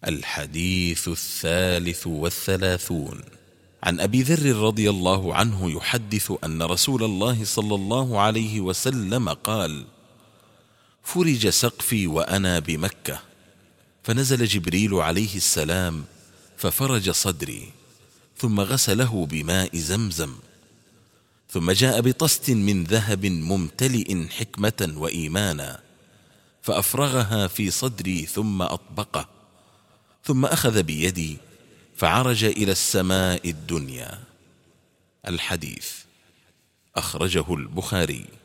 الحديث 33. عن أبي ذر رضي الله عنه يحدث أن رسول الله صلى الله عليه وسلم قال: فرج سقفي وأنا بمكة، فنزل جبريل عليه السلام ففرج صدري، ثم غسله بماء زمزم، ثم جاء بطست من ذهب ممتلئ حكمة وإيمانا، فأفرغها في صدري ثم أطبقه، ثم أخذ بيدي فعرج إلى السماء الدنيا. الحديث أخرجه البخاري.